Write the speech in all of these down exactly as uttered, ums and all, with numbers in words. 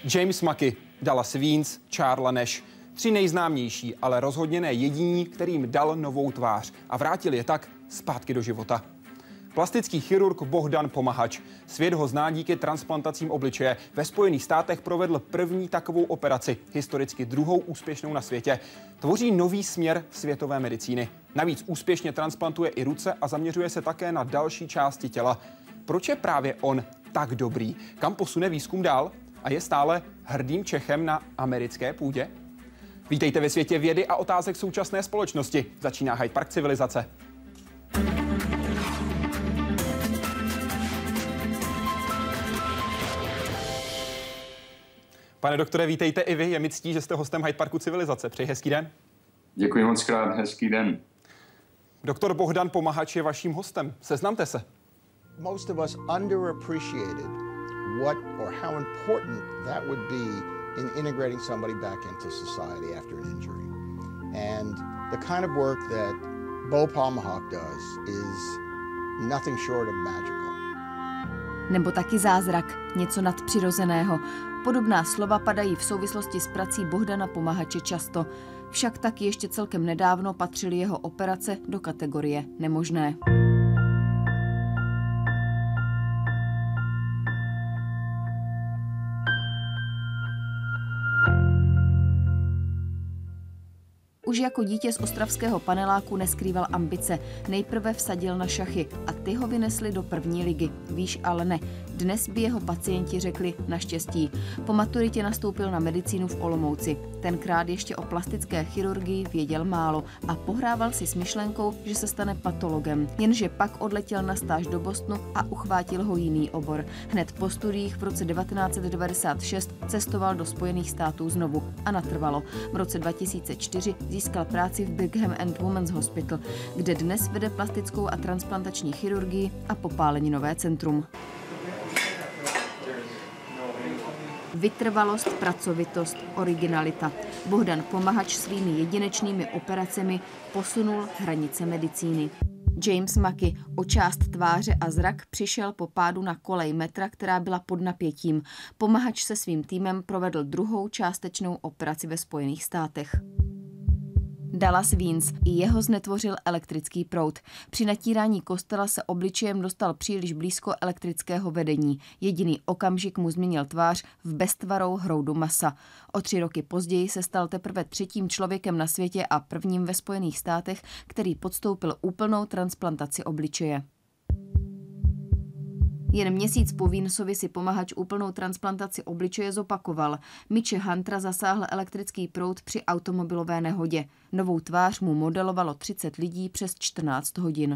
James Mackey, Dallas Wiens, Charles Nash. Tři nejznámější, ale rozhodně ne jediní, kterým dal novou tvář a vrátil je tak zpátky do života. Plastický chirurg Bohdan Pomahač. Svět ho zná díky transplantacím obličeje. Ve Spojených státech provedl první takovou operaci, historicky druhou úspěšnou na světě. Tvoří nový směr světové medicíny. Navíc úspěšně transplantuje i ruce a zaměřuje se také na další části těla. Proč je právě on tak dobrý? Kam posune výzkum dál? A je stále hrdým Čechem na americké půdě? Vítejte ve světě vědy a otázek současné společnosti. Začíná Hyde Park civilizace. Pane doktore, vítejte i vy. Je mi ctí, že jste hostem Hyde Parku civilizace. Přeji hezký den. Děkuji moc krát, hezký den. Doktor Bohdan Pomahač je vaším hostem. Seznamte se. Most of us underappreciated what or how important that would be in integrating somebody back into society after an injury. And the kind of work that Bo Pomahac does is nothing short of magical. Nebo taky zázrak, něco nadpřirozeného. Podobná slova padají v souvislosti s prací Bohdana Pomahače často. Však taky ještě celkem nedávno patřily jeho operace do kategorie nemožné. Už jako dítě z ostravského paneláku neskrýval ambice. Nejprve vsadil na šachy a ty ho vynesli do první ligy. Víš, ale ne. Dnes by jeho pacienti řekli naštěstí. Po maturitě nastoupil na medicínu v Olomouci. Tenkrát ještě o plastické chirurgii věděl málo a pohrával si s myšlenkou, že se stane patologem. Jenže pak odletěl na stáž do Bostonu a uchvátil ho jiný obor. Hned po studiích v roce devatenáct set devadesát šest cestoval do Spojených států znovu a natrvalo. V roce dva tisíce čtyři získal práci v Brigham and Women's Hospital, kde dnes vede plastickou a transplantační chirurgii a popáleninové centrum. Vytrvalost, pracovitost, originalita. Bohdan Pomahač svými jedinečnými operacemi posunul hranice medicíny. James Mackey o část tváře a zrak přišel po pádu na kolej metra, která byla pod napětím. Pomahač se svým týmem provedl druhou částečnou operaci ve Spojených státech. Dallas Wiens, i jeho znetvořil elektrický proud. Při natírání kostela se obličejem dostal příliš blízko elektrického vedení. Jediný okamžik mu změnil tvář v beztvarou hroudu masa. O tři roky později se stal teprve třetím člověkem na světě a prvním ve Spojených státech, který podstoupil úplnou transplantaci obličeje. Jen měsíc po Wiensovi si Pomahač úplnou transplantaci obličeje zopakoval. Mitche Huntera zasáhl elektrický proud při automobilové nehodě. Novou tvář mu modelovalo třicet lidí přes čtrnáct hodin.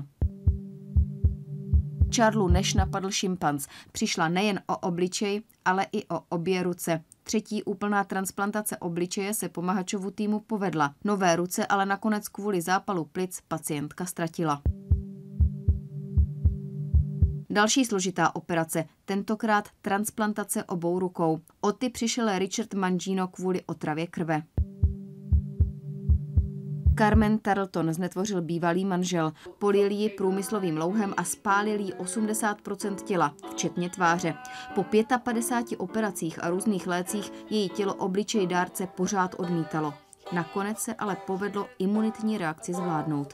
Charlesu Nash napadl šimpanz. Přišla nejen o obličej, ale i o obě ruce. Třetí úplná transplantace obličeje se Pomahačovu týmu povedla. Nové ruce ale nakonec kvůli zápalu plic pacientka ztratila. Další složitá operace, tentokrát transplantace obou rukou. O ty přišel Richard Mangino kvůli otravě krve. Carmen Tarleton znetvořil bývalý manžel, polil ji průmyslovým louhem a spálil jí osmdesát procent těla, včetně tváře. Po padesát pěti operacích a různých lécích její tělo obličej dárce pořád odmítalo. Nakonec se ale povedlo imunitní reakci zvládnout.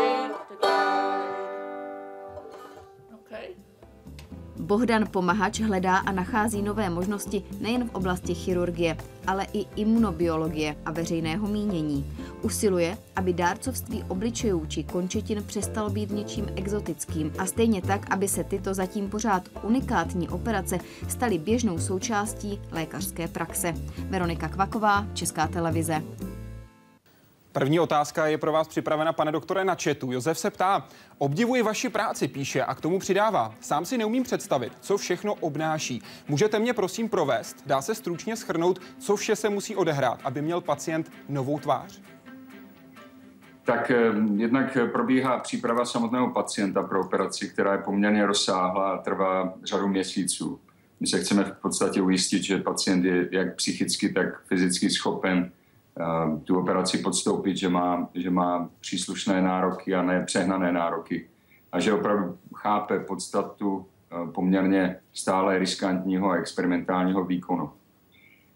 Bohdan Pomahač hledá a nachází nové možnosti nejen v oblasti chirurgie, ale i imunobiologie a veřejného mínění. Usiluje, aby dárcovství obličejů či končetin přestalo být něčím exotickým a stejně tak, aby se tyto zatím pořád unikátní operace staly běžnou součástí lékařské praxe. Veronika Kvaková, Česká televize. První otázka je pro vás připravena, pane doktore, na chatu. Josef se ptá, obdivuji vaši práci, píše, a k tomu přidává. Sám si neumím představit, co všechno obnáší. Můžete mě prosím provést? Dá se stručně shrnout, co vše se musí odehrát, aby měl pacient novou tvář? Tak jednak probíhá příprava samotného pacienta pro operaci, která je poměrně rozsáhlá a trvá řadu měsíců. My se chceme v podstatě ujistit, že pacient je jak psychicky, tak fyzicky schopen tu operaci podstoupit, že má, že má příslušné nároky a ne přehnané nároky. A že opravdu chápe podstatu poměrně stále riskantního a experimentálního výkonu.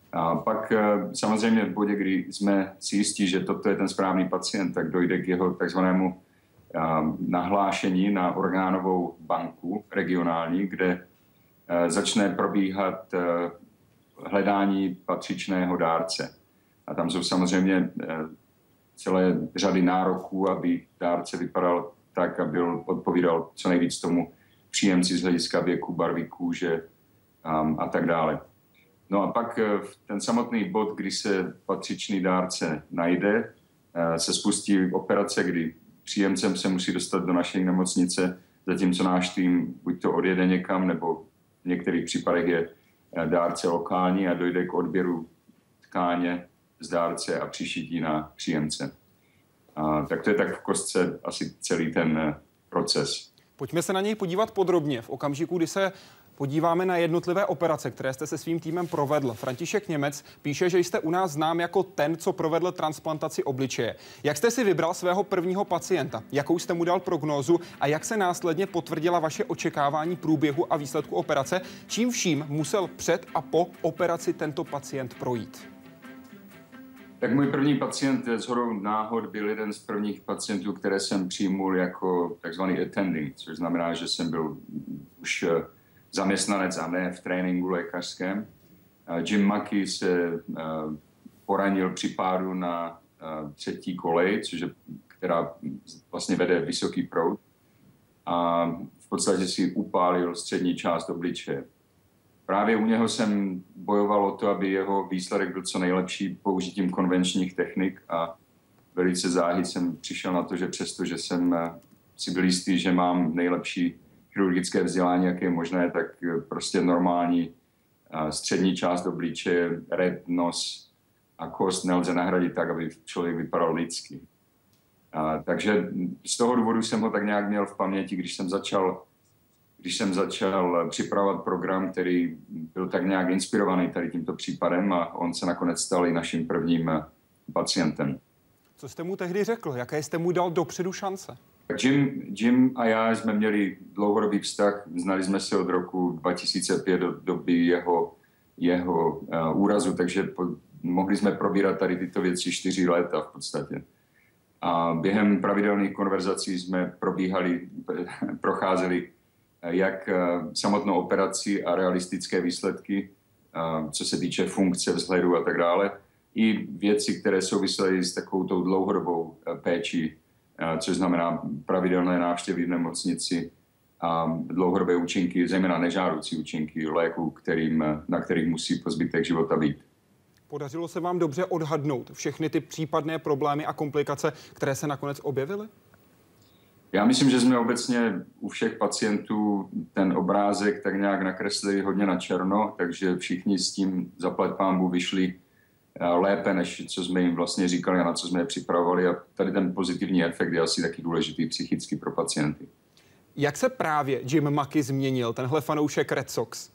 A pak samozřejmě v bodě, kdy jsme si jistí, že toto je ten správný pacient, tak dojde k jeho takzvanému nahlášení na orgánovou banku regionální, kde začne probíhat hledání patřičného dárce. A tam jsou samozřejmě celé řady nároků, aby dárce vypadal tak, aby odpovídal co nejvíc tomu příjemci z hlediska věku, barvy kůže a tak dále. No a pak ten samotný bod, kdy se patřičný dárce najde, se spustí operace, kdy příjemcem se musí dostat do naší nemocnice, zatímco náš tým buď to odjede někam, nebo v některých případech je dárce lokální a dojde k odběru tkáně z dárce a přišití na příjemce. A tak to je tak v kostce asi celý ten proces. Pojďme se na něj podívat podrobně v okamžiku, kdy se podíváme na jednotlivé operace, které jste se svým týmem provedl. František Němec píše, že jste u nás znám jako ten, co provedl transplantaci obličeje. Jak jste si vybral svého prvního pacienta? Jakou jste mu dal prognózu a jak se následně potvrdila vaše očekávání průběhu a výsledku operace? Čím vším musel před a po operaci tento pacient projít? Tak můj první pacient shodou náhod byl jeden z prvních pacientů, které jsem přijmul jako takzvaný attending, což znamená, že jsem byl už zaměstnanec a ne v tréninku lékařském. Jim Mackey se poranil při pádu na třetí kolej, což je, která vlastně vede vysoký proud. A v podstatě si upálil střední část obličeje. Právě u něho jsem bojoval o to, aby jeho výsledek byl co nejlepší použitím konvenčních technik a velice záhy jsem přišel na to, že přesto, že jsem si byl jistý, že mám nejlepší chirurgické vzdělání, jak je možné, tak prostě normální střední část obličeje, red, nos a kost nelze nahradit tak, aby člověk vypadal lidsky. A, takže z toho důvodu jsem ho tak nějak měl v paměti, když jsem začal Když jsem začal připravovat program, který byl tak nějak inspirovaný tady tímto případem a on se nakonec stal i naším prvním pacientem. Co jste mu tehdy řekl? Jaké jste mu dal dopředu šance? Jim, Jim a já jsme měli dlouhodobý vztah. Znali jsme se od roku dva tisíce pět do doby jeho, jeho uh, úrazu, takže po, mohli jsme probírat tady tyto věci čtyři léta v podstatě. A během pravidelných konverzací jsme probíhali, procházeli jak samotnou operaci a realistické výsledky, co se týče funkce, vzhledu a tak dále, i věci, které souvisely s takovou tou dlouhodobou péčí, což znamená pravidelné návštěvy v nemocnici a dlouhodobé účinky, zejména nežádoucí účinky léků, kterým, na kterých musí po zbytek života být. Podařilo se vám dobře odhadnout všechny ty případné problémy a komplikace, které se nakonec objevily? Já myslím, že jsme obecně u všech pacientů ten obrázek tak nějak nakreslili hodně na černo, takže všichni s tím zaplať pánbůh vyšli lépe, než co jsme jim vlastně říkali a na co jsme je připravovali. A tady ten pozitivní efekt je asi taky důležitý psychicky pro pacienty. Jak se právě Jim Mackey změnil, tenhle fanoušek Red Sox?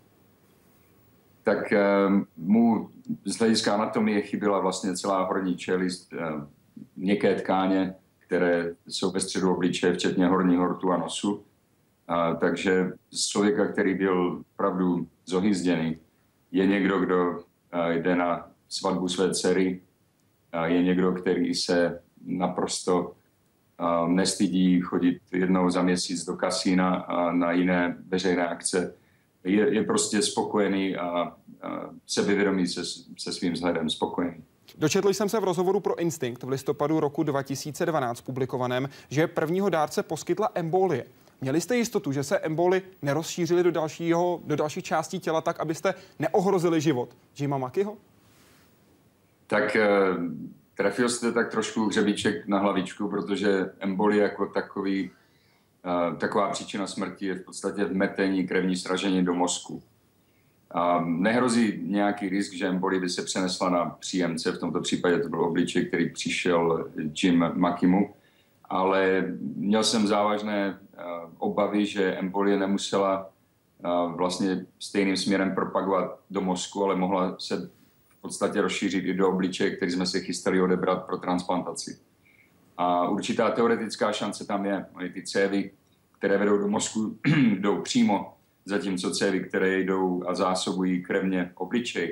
Tak mu z hlediska anatomie chyběla vlastně celá horní čelist, měkké tkáně, které jsou ve středu obličeje, včetně horního rtu a nosu. A, takže z člověka, který byl opravdu zohyzděný, je někdo, kdo a, jde na svatbu své dcery, a je někdo, který se naprosto a, nestydí chodit jednou za měsíc do kasína a na jiné veřejné akce. Je, je prostě spokojený a, a sebevědomý se, se svým vzhledem, spokojený. Dočetl jsem se v rozhovoru pro Instinct v listopadu roku dva tisíce dvanáct publikovaném, že prvního dárce poskytla embolie. Měli jste jistotu, že se emboli nerozšířily do, dalšího, do dalších částí těla tak, abyste neohrozili život Jima Mackeyho? Tak trefil jste tak trošku hřebíček na hlavičku, protože embolie jako takový, taková příčina smrti je v podstatě vmetení krevní sražení do mozku. A nehrozí nějaký risk, že embolie by se přenesla na příjemce, v tomto případě to byl obličej, který přišel Jim Mackeymu, ale měl jsem závažné obavy, že embolie nemusela vlastně stejným směrem propagovat do mozku, ale mohla se v podstatě rozšířit i do obličeje, který jsme se chystali odebrat pro transplantaci. A určitá teoretická šance tam je. Ty cévy, které vedou do mozku, jdou přímo, zatímco cévy, které jdou a zásobují krevně obličej,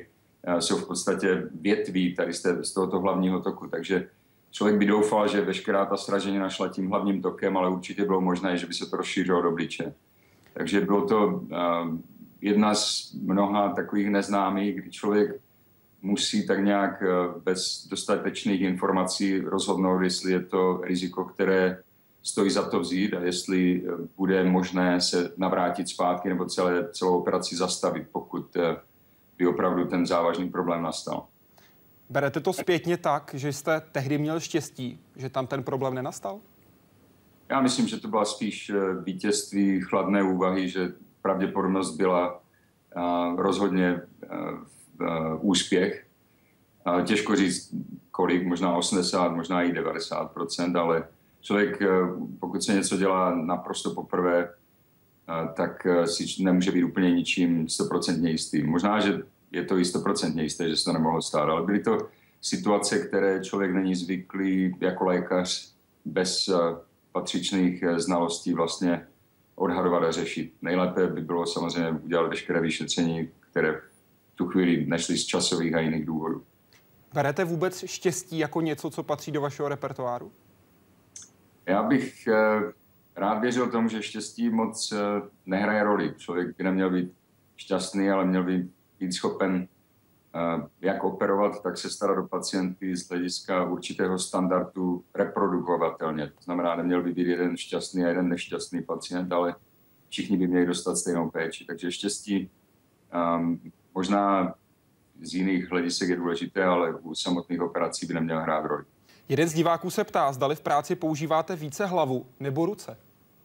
jsou v podstatě větví tady z tohoto hlavního toku. Takže člověk by doufal, že veškerá ta sraženina šla tím hlavním tokem, ale určitě bylo možné, že by se to rozšířilo do obličeje. Takže bylo to uh, jedna z mnoha takových neznámých, kdy člověk musí tak nějak uh, bez dostatečných informací rozhodnout, jestli je to riziko, které stojí za to vzít a jestli uh, bude možné se navrátit zpátky nebo celé, celou operaci zastavit, pokud uh, by opravdu ten závažný problém nastal. Berete to zpětně tak, že jste tehdy měl štěstí, že tam ten problém nenastal? Já myslím, že to byla spíš vítězství chladné úvahy, že pravděpodobnost byla uh, rozhodně uh, uh, úspěch. Uh, těžko říct, kolik, možná osmdesát, možná i devadesát procent, ale člověk, uh, pokud se něco dělá naprosto poprvé, uh, tak uh, si nemůže být úplně ničím stoprocentně jistý. Možná, že je to i stoprocentně jisté, že se to nemohlo stát, ale byly to situace, které člověk není zvyklý jako lékař bez uh, patřičných znalostí vlastně odhadovat a řešit. Nejlépe by bylo samozřejmě udělat veškeré vyšetření, které v tu chvíli nešly z časových a jiných důvodů. Berete vůbec štěstí jako něco, co patří do vašeho repertoáru? Já bych eh, rád věřil tomu, že štěstí moc eh, nehraje roli. Člověk by neměl být šťastný, ale měl by být schopen eh, jak operovat, tak se starat o pacienty z hlediska určitého standardu reprodukovatelně. To znamená, neměl by být jeden šťastný a jeden nešťastný pacient, ale všichni by měli dostat stejnou péči. Takže štěstí um, možná z jiných hledisek je důležité, ale u samotných operací by neměl hrát roli. Jeden z diváků se ptá, zdali v práci používáte více hlavu nebo ruce?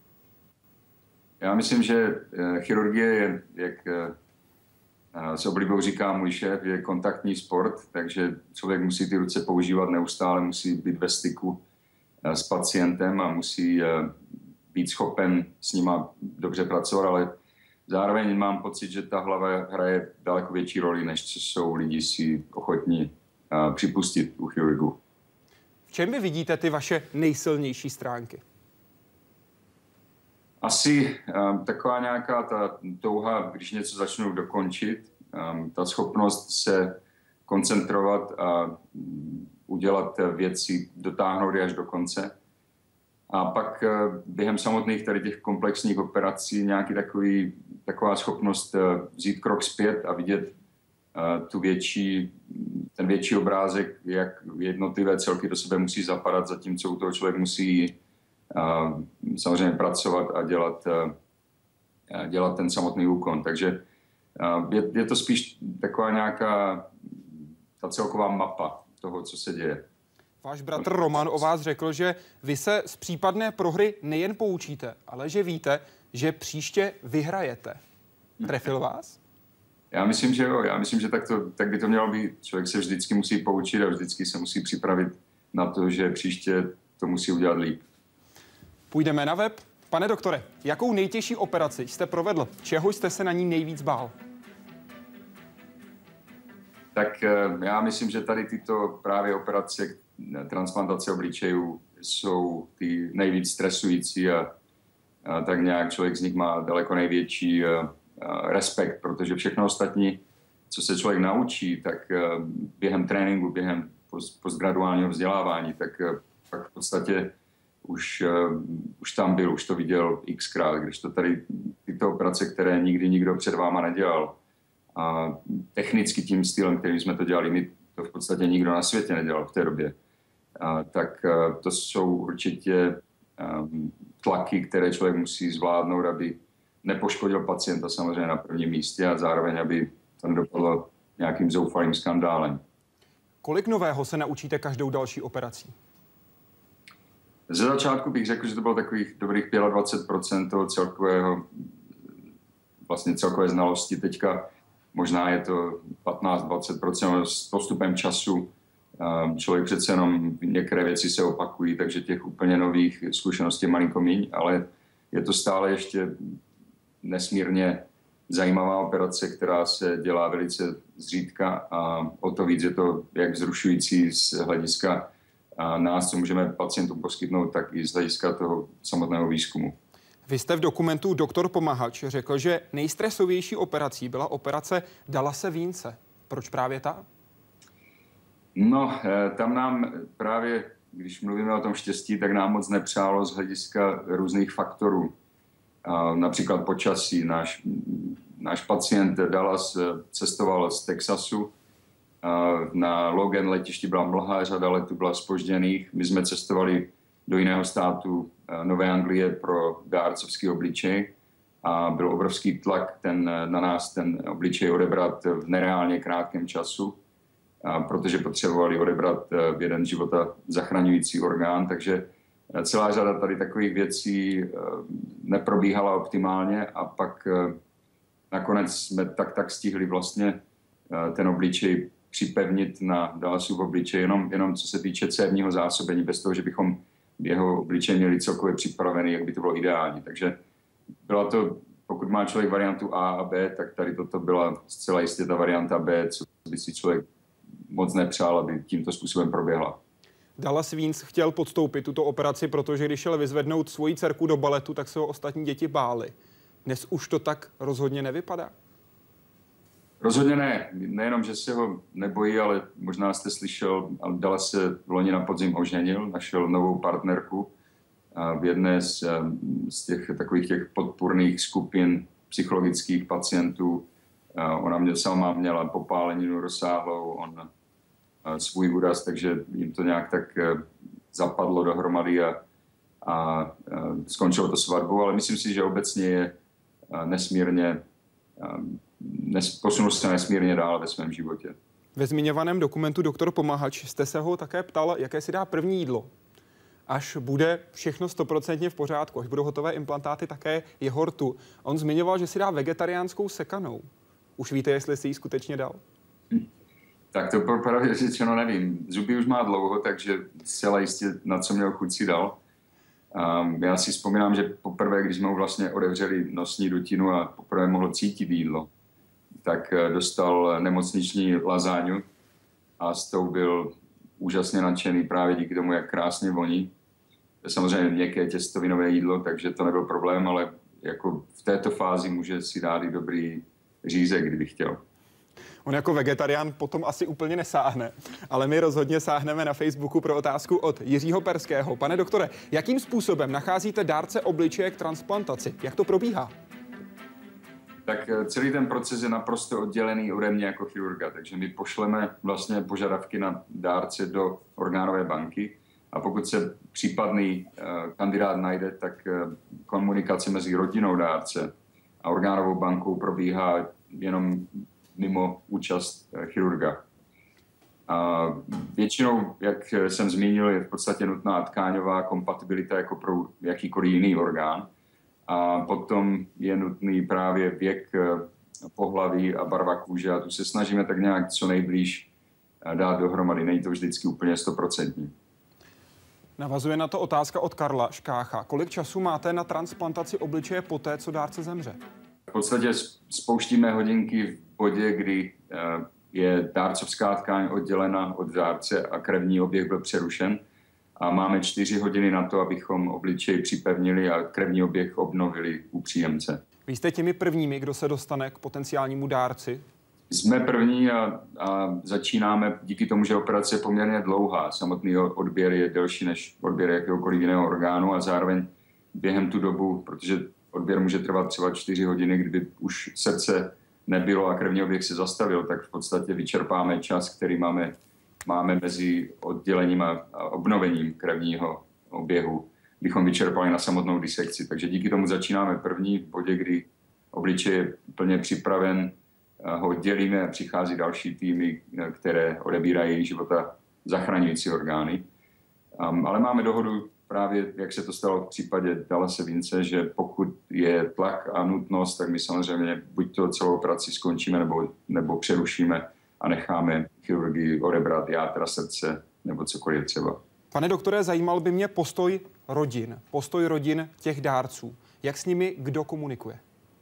Já myslím, že chirurgie je, jak s oblibou říká můj šéf, je kontaktní sport, takže člověk musí ty ruce používat neustále, musí být ve styku s pacientem a musí být schopen s nima dobře pracovat, ale zároveň mám pocit, že ta hlava hraje daleko větší roli, než co jsou lidi si ochotní připustit u chirurgů. V čem vy vidíte ty vaše nejsilnější stránky? Asi um, taková nějaká ta touha, když něco začnu dokončit, um, ta schopnost se koncentrovat a um, udělat věci, dotáhnout je až do konce. A pak uh, během samotných tady těch komplexních operací nějaký takový, taková schopnost uh, vzít krok zpět a vidět uh, tu větší, ten větší obrázek, jak jednotlivé celky do sebe musí zapadat, zatímco u toho člověk musí a samozřejmě pracovat a dělat, a dělat ten samotný úkon. Takže je, je to spíš taková nějaká ta celková mapa toho, co se děje. Váš bratr Roman o vás řekl, že vy se z případné prohry nejen poučíte, ale že víte, že příště vyhrajete. Trefil vás? Já myslím, že jo. Já myslím, že tak, to, tak by to mělo být. Člověk se vždycky musí poučit a vždycky se musí připravit na to, že příště to musí udělat líp. Půjdeme na web. Pane doktore, jakou nejtěžší operaci jste provedl? Čeho jste se na ní nejvíc bál? Tak já myslím, že tady tyto právě operace transplantace obličejů jsou ty nejvíc stresující a, a tak nějak člověk z nich má daleko největší a, a respekt, protože všechno ostatní, co se člověk naučí, tak a, během tréninku, během post, postgraduálního vzdělávání, tak a, pak v podstatě Už, uh, už tam byl, už to viděl xkrát, když to tady tyto operace, které nikdy nikdo před váma nedělal. A technicky tím stylem, kterým jsme to dělali, my to v podstatě nikdo na světě nedělal v té době. A, tak uh, to jsou určitě um, tlaky, které člověk musí zvládnout, aby nepoškodil pacienta samozřejmě na prvním místě a zároveň, aby to nedopadlo nějakým zoufalým skandálem. Kolik nového se naučíte každou další operací? Ze začátku bych řekl, že to bylo takových dobrých dvacet pět procent toho celkového, vlastně celkové znalosti. Teďka možná je to patnáct až dvacet procent s postupem času. Člověk přece jenom některé věci se opakují, takže těch úplně nových zkušeností je malinko míň, ale je to stále ještě nesmírně zajímavá operace, která se dělá velice zřídka a o to víc je to jak vzrušující z hlediska a nás, co můžeme pacientům poskytnout, tak i z hlediska toho samotného výzkumu. Vy jste v dokumentu Doktor Pomahač řekl, že nejstresovější operací byla operace Dallase Vince. Proč právě ta? No, tam nám právě, když mluvíme o tom štěstí, tak nám moc nepřálo z hlediska různých faktorů. Například počasí. Náš, náš pacient Dallas cestoval z Texasu. Na Logan letišti byla mlha, řada letů byla zpožděných. My jsme cestovali do jiného státu Nové Anglie pro dárcovský obličej a byl obrovský tlak ten, na nás ten obličej odebrat v nereálně krátkém času, a protože potřebovali odebrat v jeden života zachraňující orgán, takže celá řada tady takových věcí neprobíhala optimálně a pak nakonec jsme tak tak stihli vlastně ten obličej připevnit na Dallasův obličej, jenom, jenom co se týče cévního zásobení, bez toho, že bychom jeho obličej měli celkově připravený, jak by to bylo ideální. Takže byla to, pokud má člověk variantu A a B, tak tady toto byla zcela jistě ta varianta B, co by si člověk moc nepřál, aby tímto způsobem proběhla. Dallas Wiens chtěl podstoupit tuto operaci, protože když šel vyzvednout svoji dcerku do baletu, tak se ho ostatní děti bály. Dnes už to tak rozhodně nevypadá. Rozhodně ne. Nejenom, že se ho nebojí, ale možná jste slyšel, Dallas se v loni na podzim oženil, našel novou partnerku v jedné z, z těch takových těch podpůrných skupin psychologických pacientů. Ona mě sama měla popáleninu rozsáhlou, on svůj úraz, takže jim to nějak tak zapadlo dohromady a, a skončilo to svatbou, ale myslím si, že obecně je nesmírně, nes, posunul se nesmírně dál ve svém životě. Ve zmiňovaném dokumentu Doktor Pomahač jste se ho také ptal, jaké si dá první jídlo. Až bude všechno stoprocentně v pořádku, až budou hotové implantáty také jeho rtu. On zmiňoval, že si dá vegetariánskou sekanou. Už víte, jestli si ji skutečně dal? Hm. Tak to právě řečeno nevím. Zuby už má dlouho, takže zcela jistě na co měl chuť si dal. Um, já si vzpomínám, že poprvé, když jsme mu vlastně otevřeli nosní dutinu a poprvé mohl cítit jídlo, tak dostal nemocniční lazáňu a s tou byl úžasně nadšený právě díky tomu, jak krásně voní. Samozřejmě měkké těstovinové jídlo, takže to nebyl problém, ale jako v této fázi může si dát i dobrý řízek, kdyby chtěl. On jako vegetarián potom asi úplně nesáhne, ale my rozhodně sáhneme na Facebooku pro otázku od Jiřího Perského. Pane doktore, jakým způsobem nacházíte dárce obličeje k transplantaci? Jak to probíhá? Tak celý ten proces je naprosto oddělený ode mě jako chirurga, takže my pošleme vlastně požadavky na dárce do orgánové banky a pokud se případný uh, kandidát najde, tak uh, komunikace mezi rodinou dárce a orgánovou bankou probíhá jenom mimo účast uh, chirurga. A většinou, jak jsem zmínil, je v podstatě nutná tkáňová kompatibilita jako pro jakýkoliv jiný orgán. A potom je nutný právě věk, pohlaví a barva kůže a tu se snažíme tak nějak co nejblíž dát dohromady. Není to vždycky úplně stoprocentní. Navazuje na to otázka od Karla Škácha. Kolik času máte na transplantaci obličeje poté, co dárce zemře? V podstatě spouštíme hodinky v bodě, kdy je dárcovská tkáň oddělena od dárce a krevní oběh byl přerušen. A máme čtyři hodiny na to, abychom obličej připevnili a krevní oběh obnovili u příjemce. Vy jste těmi prvními, kdo se dostane k potenciálnímu dárci? Jsme první a, a začínáme díky tomu, že operace je poměrně dlouhá. Samotný odběr je delší než odběr jakéhokoliv jiného orgánu a zároveň během tu dobu, protože odběr může trvat třeba čtyři hodiny, kdyby už srdce nebylo a krevní oběh se zastavil, tak v podstatě vyčerpáme čas, který máme máme mezi oddělením a obnovením krevního oběhu, bychom vyčerpali na samotnou disekci. Takže díky tomu začínáme první v bodě, kdy obličej je plně připraven, ho oddělíme a přichází další týmy, které odebírají života zachraňující orgány. Um, ale máme dohodu právě, jak se to stalo v případě Dallase Wiense, že pokud je tlak a nutnost, tak my samozřejmě buď to celou operaci skončíme nebo, nebo přerušíme a necháme chirurgii odebrat játra, srdce nebo cokoliv třeba. Pane doktore, zajímal by mě postoj rodin, postoj rodin těch dárců. Jak s nimi kdo komunikuje?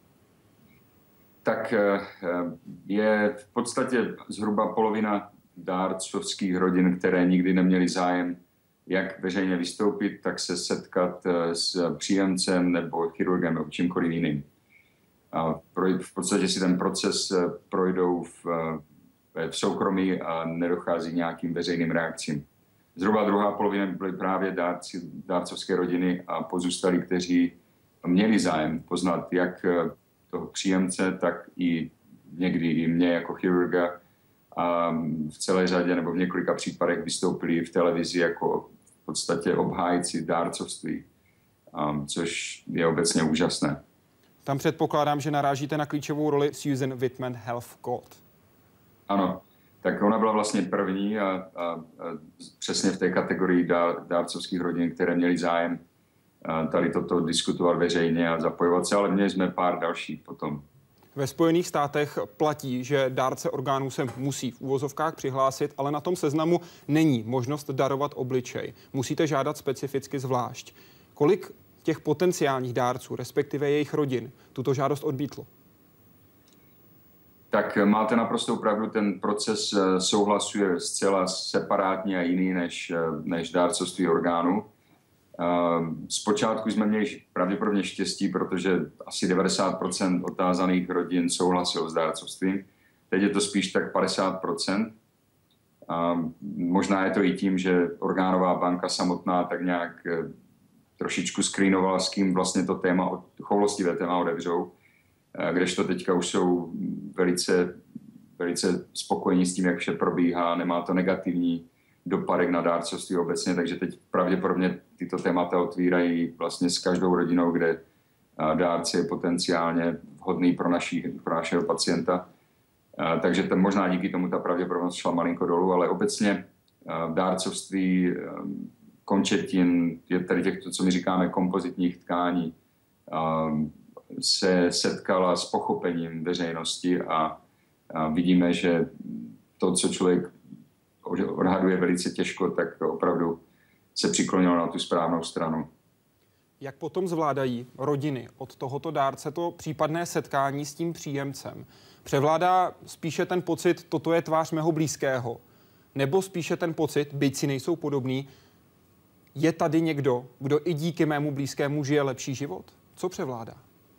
Tak je v podstatě zhruba polovina dárcovských rodin, které nikdy neměly zájem jak veřejně vystoupit, tak se setkat s příjemcem nebo chirurgem nebo čímkoliv jiným. A v podstatě si ten proces projdou v v soukromí a nedochází k nějakým veřejným reakcím. Zhruba druhá polovina byly právě dárci, dárcovské rodiny a pozůstalí, kteří měli zájem poznat jak toho příjemce, tak i někdy i mě jako chirurga. A v celé řadě nebo v několika případech vystoupili v televizi jako v podstatě obhájci dárcovství, což je obecně úžasné. Tam předpokládám, že narážíte na klíčovou roli Susan Whitman Helfgott. Ano, tak ona byla vlastně první a, a, a přesně v té kategorii dár, dárcovských rodin, které měly zájem tady toto diskutovat veřejně a zapojovat se, ale měli jsme pár dalších potom. Ve Spojených státech platí, že dárce orgánů se musí v úvozovkách přihlásit, ale na tom seznamu není možnost darovat obličej. Musíte žádat specificky zvlášť. Kolik těch potenciálních dárců, respektive jejich rodin, tuto žádost odmítlo? Tak máte naprostou pravdu, ten proces souhlasu je zcela separátní a jiný než, než dárcovství orgánů. Zpočátku jsme měli pravděpodobně štěstí, protože asi devadesát procent otázaných rodin souhlasilo s dárcovstvím. Teď je to spíš tak padesát procent. Možná je to i tím, že orgánová banka samotná tak nějak trošičku screenovala, s kým vlastně to téma, choulostivé téma otevřou, kdežto teďka už jsou velice, velice spokojení s tím, jak vše probíhá, nemá to negativní dopadek na dárcovství obecně, takže teď pravděpodobně tyto témata otvírají vlastně s každou rodinou, kde dárce je potenciálně vhodný pro, naší, pro našeho pacienta. Takže ten, možná díky tomu ta pravděpodobnost šla malinko dolů, ale obecně dárcovství končetin, je tady těchto, co my říkáme, kompozitních tkání, se setkala s pochopením veřejnosti a vidíme, že to, co člověk odhaduje velice těžko, tak opravdu se přiklonilo na tu správnou stranu. Jak potom zvládají rodiny od tohoto dárce to případné setkání s tím příjemcem? Převládá spíše ten pocit, toto je tvář mého blízkého, nebo spíše ten pocit, byť si nejsou podobný, je tady někdo, kdo i díky mému blízkému žije lepší život? Co převládá?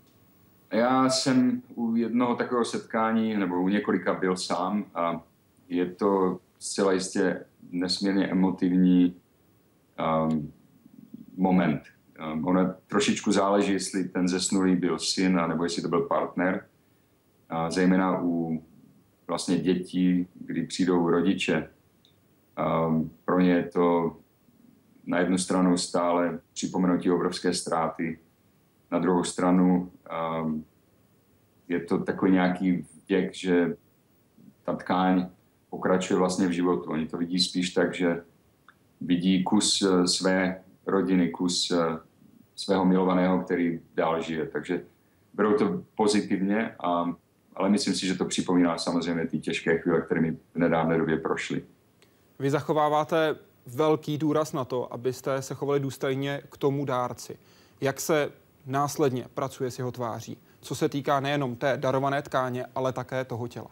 Já jsem u jednoho takového setkání, nebo u několika byl sám a je to zcela jistě nesmírně emotivní um, moment. Um, ono trošičku záleží, jestli ten zesnulý byl syn, nebo jestli to byl partner. A zejména u vlastně dětí, kdy přijdou rodiče. Um, pro ně je to na jednu stranu stále připomenutí obrovské ztráty. Na druhou stranu um, je to takový nějaký vděk, že ta tkáň pokračuje vlastně v životu. Oni to vidí spíš tak, že vidí kus uh, své rodiny, kus uh, svého milovaného, který dál žije. Takže berou to pozitivně, a, ale myslím si, že to připomíná samozřejmě ty těžké chvíle, které mi v nedávné době prošly. Vy zachováváte velký důraz na to, abyste se chovali důstojně k tomu dárci. Jak se následně pracuje s jeho tváří? Co se týká nejenom té darované tkáně, ale také toho těla?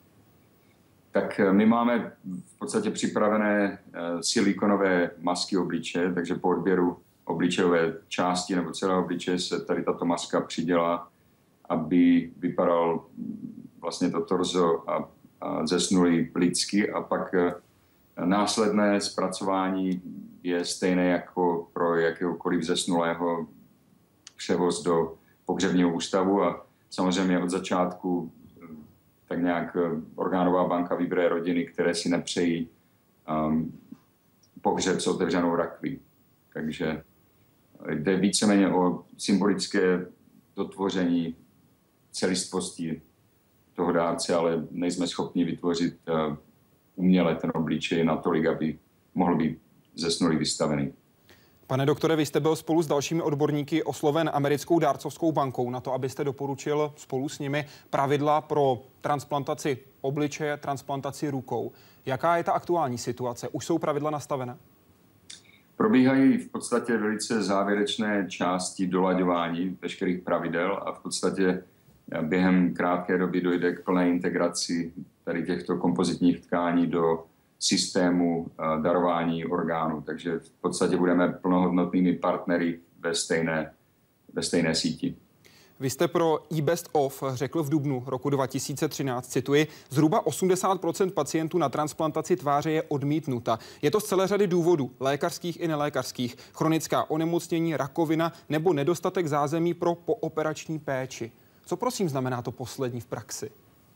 Tak my máme v podstatě připravené silikonové masky obličeje, takže po odběru obličejové části nebo celého obličeje se tady tato maska přidělá, aby vypadal vlastně to torzo a, a zesnulý lidsky, a pak následné zpracování je stejné jako pro jakéhokoliv zesnulého převoz do pohřebního ústavu, a samozřejmě od začátku tak nějak orgánová banka vybere rodiny, které si nepřejí um, pohřeb s otevřenou rakví. Takže jde víceméně o symbolické dotvoření celistvosti toho dárce, ale nejsme schopni vytvořit uh, uměle ten obličej natolik, aby mohl být zesnulý vystavený. Pane doktore, vy jste byl spolu s dalšími odborníky osloven Americkou dárcovskou bankou na to, abyste doporučil spolu s nimi pravidla pro transplantaci obličeje, transplantaci rukou. Jaká je ta aktuální situace? Už jsou pravidla nastavené? Probíhají v podstatě velice závěrečné části dolaďování veškerých pravidel a v podstatě během krátké doby dojde k plné integraci tady těchto kompozitních tkání do systému darování orgánů. Takže v podstatě budeme plnohodnotnými partnery ve stejné, ve stejné síti. Vy jste pro eBest of řekl v dubnu roku dva tisíce třináct, cituji, zhruba osmdesát procent pacientů na transplantaci tváře je odmítnuta. Je to z celé řady důvodů, lékařských i nelékařských, chronická onemocnění, rakovina nebo nedostatek zázemí pro pooperační péči. Co prosím znamená to poslední v praxi?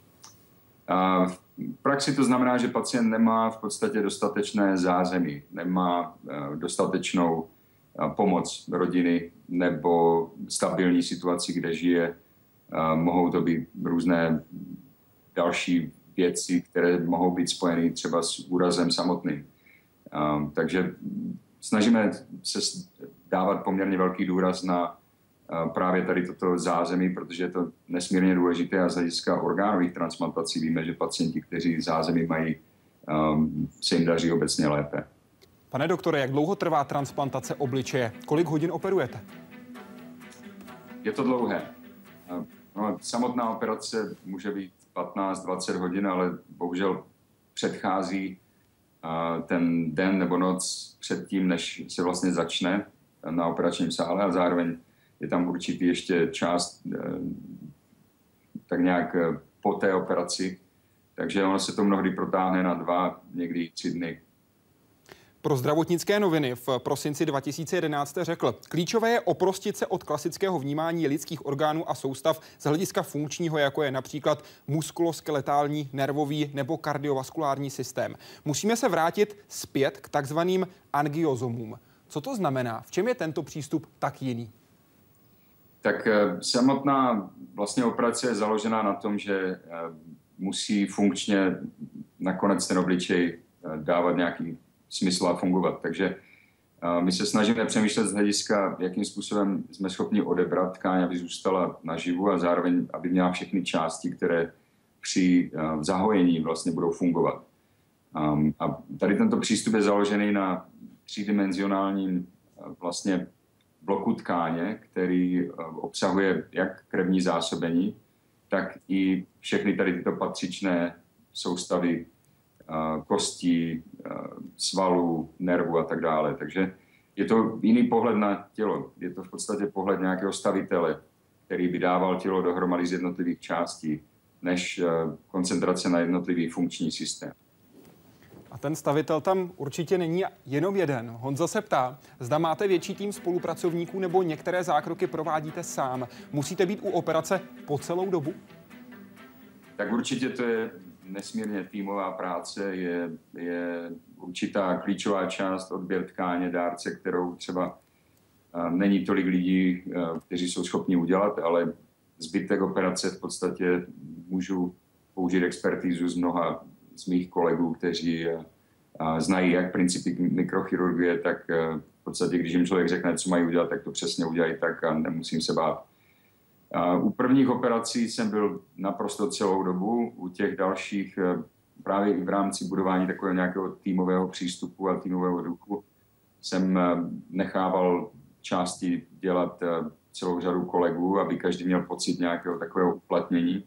V praxi to znamená, že pacient nemá v podstatě dostatečné zázemí, nemá dostatečnou pomoc rodiny nebo stabilní situaci, kde žije. Mohou to být různé další věci, které mohou být spojeny třeba s úrazem samotným. Takže snažíme se dávat poměrně velký důraz na právě tady toto zázemí, protože je to nesmírně důležité a z hlediska orgánových transplantací víme, že pacienti, kteří zázemí mají, se jim daří obecně lépe. Pane doktore, jak dlouho trvá transplantace obličeje? Kolik hodin operujete? Je to dlouhé. No, samotná operace může být patnáct dvacet hodin, ale bohužel předchází ten den nebo noc předtím, než se vlastně začne na operačním sále a zároveň je tam určitý ještě část tak nějak po té operaci. Takže ono se to mnohdy protáhne na dva, někdy tři dny. Pro Zdravotnické noviny v prosinci dva tisíce jedenáct řekl, klíčové je oprostit se od klasického vnímání lidských orgánů a soustav z hlediska funkčního, jako je například muskuloskeletální, nervový nebo kardiovaskulární systém. Musíme se vrátit zpět k takzvaným angiozomům. Co to znamená? V čem je tento přístup tak jiný? Tak samotná vlastně operace je založená na tom, že musí funkčně nakonec ten obličej dávat nějaký smysl a fungovat. Takže my se snažíme přemýšlet z hlediska, jakým způsobem jsme schopni odebrat tkáň, aby zůstala naživu a zároveň, aby měla všechny části, které při zahojení vlastně budou fungovat. A tady tento přístup je založený na třídimenzionálním vlastně bloku tkáně, který obsahuje jak krevní zásobení, tak i všechny tady tyto patřičné soustavy kostí, svalů, nervů a tak dále. Takže je to jiný pohled na tělo. Je to v podstatě pohled nějakého stavitele, který by dával tělo dohromady z jednotlivých částí, než koncentrace na jednotlivý funkční systém. A ten stavitel tam určitě není jenom jeden. Honza se ptá, zda máte větší tým spolupracovníků nebo některé zákroky provádíte sám. Musíte být u operace po celou dobu? Tak určitě to je nesmírně týmová práce, je, je určitá klíčová část odběr tkáně dárce, kterou třeba a, není tolik lidí, a, kteří jsou schopni udělat, ale zbytek operace v podstatě můžu použít expertízu z mnoha z mých kolegů, kteří a, a, znají jak principy mikrochirurgie, tak a, v podstatě, když jim člověk řekne, co mají udělat, tak to přesně udělají tak a nemusím se bát. A u prvních operací jsem byl naprosto celou dobu, u těch dalších právě i v rámci budování takového nějakého týmového přístupu a týmového duchu jsem nechával části dělat celou řadu kolegů, aby každý měl pocit nějakého takového uplatnění.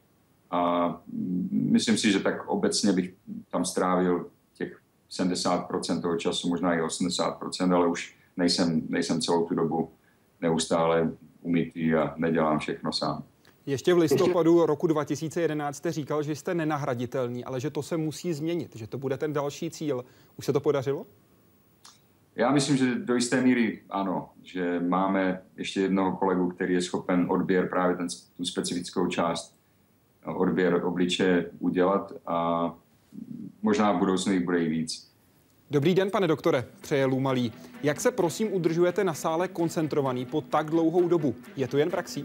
A myslím si, že tak obecně bych tam strávil těch sedmdesát procent toho času, možná i osmdesát procent, ale už nejsem, nejsem celou tu dobu neustále umytý a nedělám všechno sám. Ještě v listopadu roku dva tisíce jedenáct jste říkal, že jste nenahraditelný, ale že to se musí změnit, že to bude ten další cíl. Už se to podařilo? Já myslím, že do jisté míry ano, že máme ještě jednoho kolegu, který je schopen odběr právě ten, tu specifickou část odběr obličeje udělat a možná v budoucnu jich bude i víc. Dobrý den, pane doktore, přeje Lou Malý. Jak se prosím udržujete na sále koncentrovaný po tak dlouhou dobu? Je to jen praxí?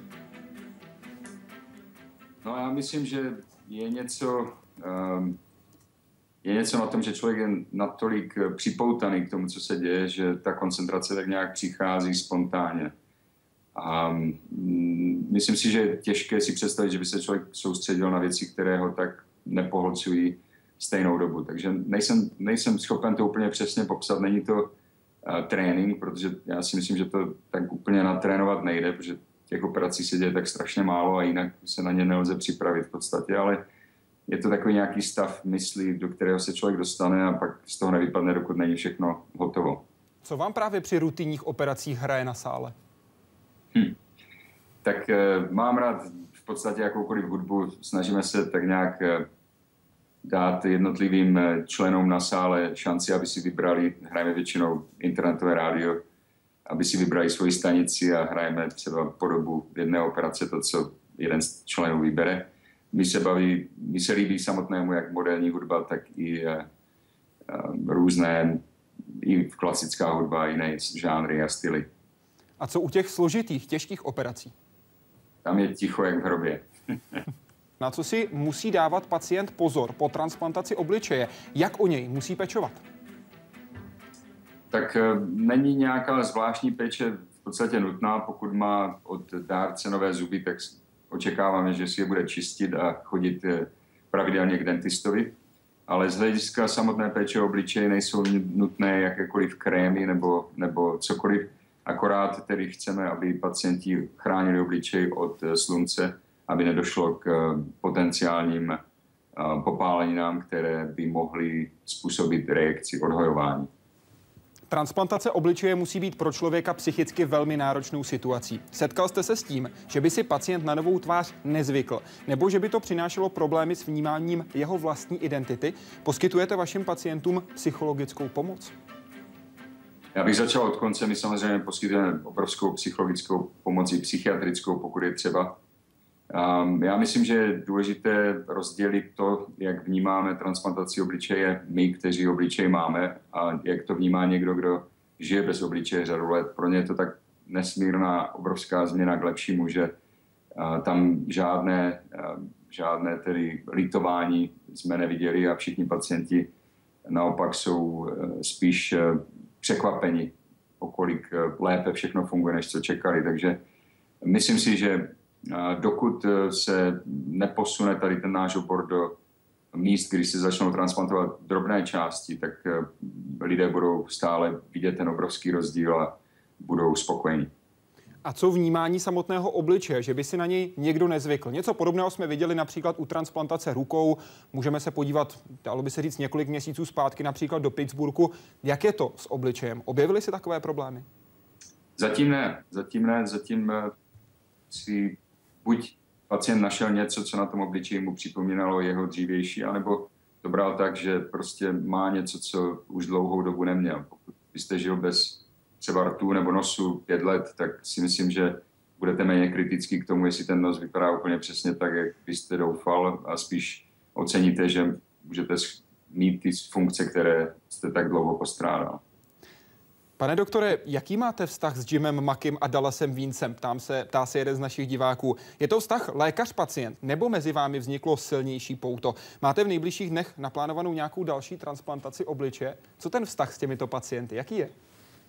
No já myslím, že je něco, um, je něco na tom, že člověk je natolik připoutaný k tomu, co se děje, že ta koncentrace tak nějak přichází spontánně. A um, myslím si, že je těžké si představit, že by se člověk soustředil na věci, které ho tak nepohlcují stejnou dobu. Takže nejsem, nejsem schopen to úplně přesně popsat. Není to uh, trénink, protože já si myslím, že to tak úplně natrénovat nejde, protože těch operací se děje tak strašně málo a jinak se na ně nelze připravit v podstatě, ale je to takový nějaký stav mysli, do kterého se člověk dostane a pak z toho nevypadne, dokud není všechno hotovo. Co vám právě při rutinních operacích hraje na sále? Hm. Tak mám rád v podstatě jakoukoliv hudbu. Snažíme se tak nějak dát jednotlivým členům na sále šanci, aby si vybrali, hrajeme většinou internetové rádio, aby si vybrali svoji stanici a hrajeme třeba po dobu jedné operace to, co jeden z členů vybere. Mi se baví, mi se líbí samotnému jak moderní hudba, tak i uh, různé, i klasická hudba, a jiné žánry a styly. A co u těch složitých, těžkých operací? Tam je ticho jak v hrobě. Na co si musí dávat pacient pozor po transplantaci obličeje? Jak o něj musí pečovat? Tak není nějaká zvláštní péče v podstatě nutná. Pokud má od dárce nové zuby, tak očekáváme, že si je bude čistit a chodit pravidelně k dentistovi. Ale z hlediska samotné péče obličeje nejsou nutné jakékoliv krémy nebo, nebo cokoliv. Akorát tedy chceme, aby pacienti chránili obličej od slunce, aby nedošlo k potenciálním popáleninám, které by mohly způsobit reakci odhojování. Transplantace obličeje musí být pro člověka psychicky velmi náročnou situací. Setkal jste se s tím, že by si pacient na novou tvář nezvykl, nebo že by to přinášelo problémy s vnímáním jeho vlastní identity? Poskytujete vašim pacientům psychologickou pomoc? Já bych začal od konce. My samozřejmě poskytujeme obrovskou psychologickou pomoc i psychiatrickou, pokud je třeba. Um, já myslím, že je důležité rozdělit to, jak vnímáme transplantaci obličeje my, kteří obličej máme, a jak to vnímá někdo, kdo žije bez obličeje řadu let. Pro ně je to tak nesmírná, obrovská změna k lepšímu, že uh, tam žádné, uh, žádné tedy litování jsme neviděli a všichni pacienti naopak jsou uh, spíš uh, překvapeni, o kolik uh, lépe všechno funguje, než co čekali. Takže myslím si, že dokud se neposune tady ten náš obor do míst, kdy se začnou transplantovat drobné části, tak lidé budou stále vidět ten obrovský rozdíl a budou spokojení. A co vnímání samotného obličeje, že by si na něj někdo nezvykl? Něco podobného jsme viděli například u transplantace rukou. Můžeme se podívat, dalo by se říct, několik měsíců zpátky například do Pittsburghu. Jak je to s obličejem? Objevily se takové problémy? Zatím ne. Zatím ne. Zatím si buď pacient našel něco, co na tom obličeji mu připomínalo jeho dřívější, anebo to bral tak, že prostě má něco, co už dlouhou dobu neměl. Pokud byste žil bez třeba rtů nebo nosu pět let, tak si myslím, že budete méně kritický k tomu, jestli ten nos vypadá úplně přesně tak, jak byste doufal, a spíš oceníte, že můžete mít ty funkce, které jste tak dlouho postrádal. Pane doktore, jaký máte vztah s Jimem Mackim a Dallasem Wiensem? Ptám se, ptá se jeden z našich diváků. Je to vztah lékař-pacient, nebo mezi vámi vzniklo silnější pouto? Máte v nejbližších dnech naplánovanou nějakou další transplantaci obličeje? Co ten vztah s těmito pacienty? Jaký je?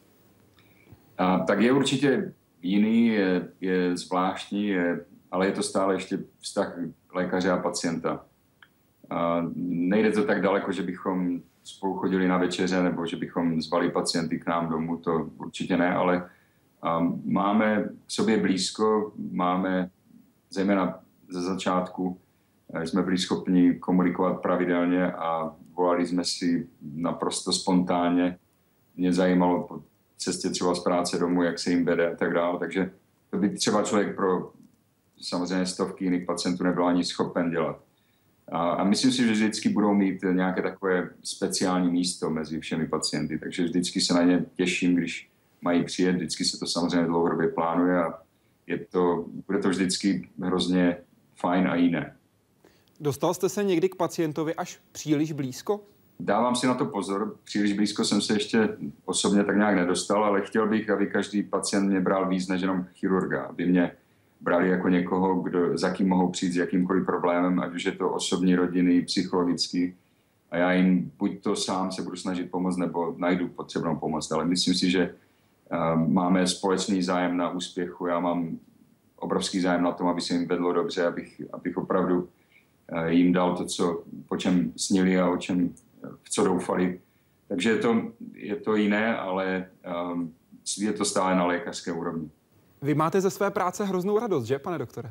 A, tak je určitě jiný, je, je zvláštní, je, ale je to stále ještě vztah lékaře a pacienta. A nejde to tak daleko, že bychom spolu chodili na večeře nebo že bychom zvali pacienty k nám domů, to určitě ne, ale um, máme k sobě blízko, máme zejména ze začátku, jsme byli schopni komunikovat pravidelně a volali jsme si naprosto spontánně. Mě zajímalo po cestě třeba z práce domů, jak se jim vede a tak dále, takže to by třeba člověk pro samozřejmě stovky jiných pacientů nebyl ani schopen dělat. A myslím si, že vždycky budou mít nějaké takové speciální místo mezi všemi pacienty, takže vždycky se na ně těším, když mají přijet, vždycky se to samozřejmě dlouhodobě plánuje a je to, bude to vždycky hrozně fajn a jiné. Dostal jste se někdy k pacientovi až příliš blízko? Dávám si na to pozor, příliš blízko jsem se ještě osobně tak nějak nedostal, ale chtěl bych, aby každý pacient mě bral víc než jenom chirurga, aby mě brali jako někoho, kdo, za kým mohou přijít s jakýmkoliv problémem, ať už je to osobní, rodinný, psychologický. A já jim buď to sám se budu snažit pomoct, nebo najdu potřebnou pomoc. Ale myslím si, že uh, máme společný zájem na úspěchu. Já mám obrovský zájem na tom, aby se jim vedlo dobře, abych, abych opravdu uh, jim dal to, co, po čem snili a o čem, v co doufali. Takže je to, je to jiné, ale um, je to stále na lékařské úrovni. Vy máte ze své práce hroznou radost, že, pane doktore?